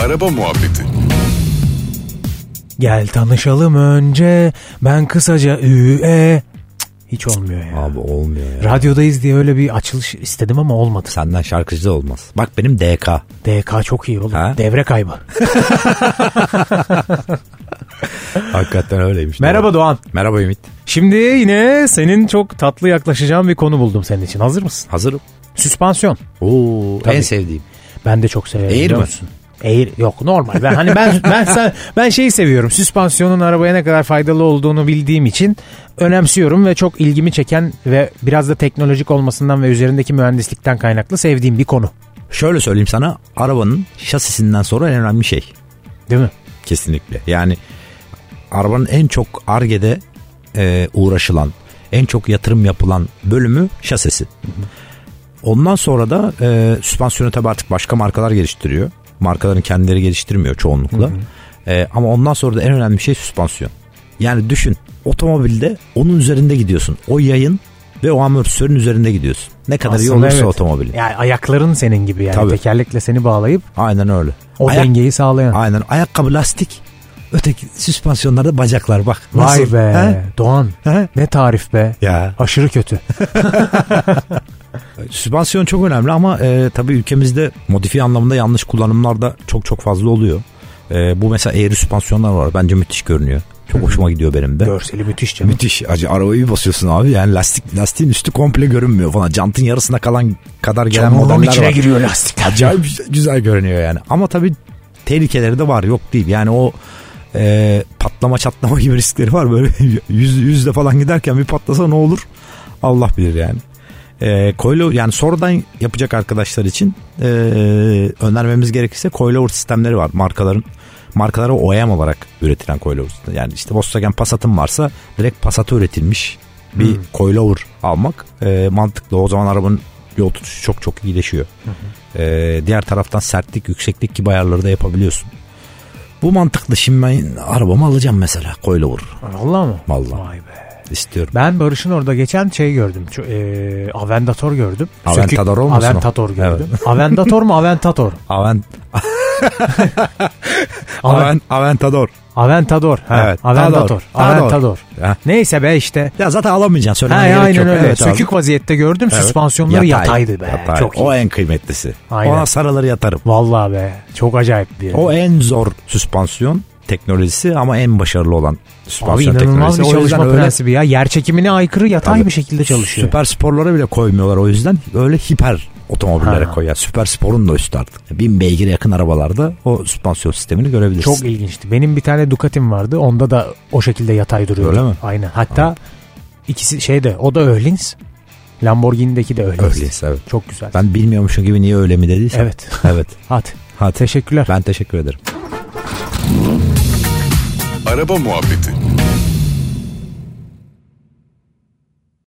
Araba Muhabbeti. Gel tanışalım önce, ben kısaca hiç olmuyor ya. Abi olmuyor ya. Radyodayız diye öyle bir açılış istedim ama olmadı. Senden şarkıcı da olmaz. Bak benim DK. DK çok iyi oğlum. Ha? Devre kaybı. Hakikaten öyleymiş. Merhaba doğru. Doğan. Merhaba Ümit. Şimdi yine senin çok tatlı yaklaşacağın bir konu buldum senin için. Hazır mısın? Hazırım. Süspansiyon. Oo, Tabii. en sevdiğim. Ben de çok severim. Eğir biliyor mi? musun? Eğir yok, normal. Ben şeyi seviyorum. Süspansiyonun arabaya ne kadar faydalı olduğunu bildiğim için önemsiyorum ve çok ilgimi çeken ve biraz da teknolojik olmasından ve üzerindeki mühendislikten kaynaklı sevdiğim bir konu. Şöyle söyleyeyim sana, arabanın şasisinden sonra en önemli şey. Değil mi? Kesinlikle. Yani arabanın en çok Ar-Ge'de uğraşılan, en çok yatırım yapılan bölümü şasisi. Ondan sonra da süspansiyonu tabii artık başka markalar geliştiriyor. Markaların kendileri geliştirmiyor çoğunlukla. Ama ondan sonra da en önemli şey süspansiyon. Yani düşün, otomobilde onun üzerinde gidiyorsun. O yayın ve o amortisörün üzerinde gidiyorsun. Ne kadar iyi Aslında olursa evet. otomobilin. Yani ayakların senin gibi yani. Tabii. Tekerlekle seni bağlayıp Aynen öyle. o dengeyi sağlayan. Aynen. Ayakkabı lastik. Öteki süspansiyonlarda bacaklar bak. Vay Nasıl? be He? Doğan. He? Ne tarif be. Ya. Aşırı kötü. Süspansiyon çok önemli ama tabii ülkemizde modifiye anlamında yanlış kullanımlar da çok fazla oluyor. Bu mesela eğri süspansiyonlar var. Bence müthiş görünüyor. Çok hoşuma gidiyor benim de. Görseli müthiş canım. Müthiş. Acı arabayı bir basıyorsun abi. Yani lastiğin üstü komple görünmüyor falan. Jantın yarısına kadar gelen Çamurun modeller içine var. giriyor lastikler. Acayip güzel görünüyor yani. Ama tabii tehlikeleri de var. Yok değil. Yani o patlama çatlama gibi riskleri var. Böyle yüzde falan giderken bir patlasa ne olur? Allah bilir yani. Coilover, yani sonradan yapacak arkadaşlar için önermemiz gerekirse coilover sistemleri var. Markalara OEM olarak üretilen coilover. Yani işte Volkswagen Passat'ın varsa direkt Passat'a üretilmiş bir coilover almak mantıklı. O zaman arabanın yol tutuşu çok iyileşiyor. Diğer taraftan sertlik, yükseklik gibi ayarları da yapabiliyorsun. Bu mantıklı. Şimdi ben arabamı alacağım mesela coilover. Vallahi mı? Vallahi. Vay be. İstiyorum. Ben Barış'ın orada geçen şey gördüm. Aventador gördüm. Aventador olmasın Aventador o? gördüm. Evet. Aventador mu Aventator? Aventador. Aventador. Evet. Aventador. Aventador. Ha. Neyse be işte. Ya zaten alamayacaksın. Ha, Söylemene gerek aynen yok. öyle. Evet, Sökük abi. vaziyette gördüm. Evet. Süspansiyonları yataydı be. Yatay. Çok iyi. O en kıymetlisi. Aynen. Ona sarıları yatarım. Vallahi be. Çok acayip bir. O en zor süspansiyon teknolojisi ama en başarılı olan Abi süspansiyon inanılmaz bir teknolojisi. O yüzden çalışma öyle prensibi ya. Yer çekimine aykırı yatay Tabii. bir şekilde çalışıyor. Süper sporlara bile koymuyorlar, o yüzden öyle hiper otomobillere koyuyor. Süper sporun da üstü artık. 1000 beygire yakın arabalarda o süspansiyon sistemini görebilirsin. Çok ilginçti. Benim bir tane Ducati'm vardı. Onda da o şekilde yatay duruyor. Öyle mi? Aynen. Hatta ikisi şeyde, o da Öhlins. Lamborghini'deki de Öhlins. Öyleyse evet. Çok güzel. Ben bilmiyormuşum gibi niye öyle mi dediysen. Evet. Evet. Hadi. Teşekkürler. Ben teşekkür ederim. Araba Muhabbeti.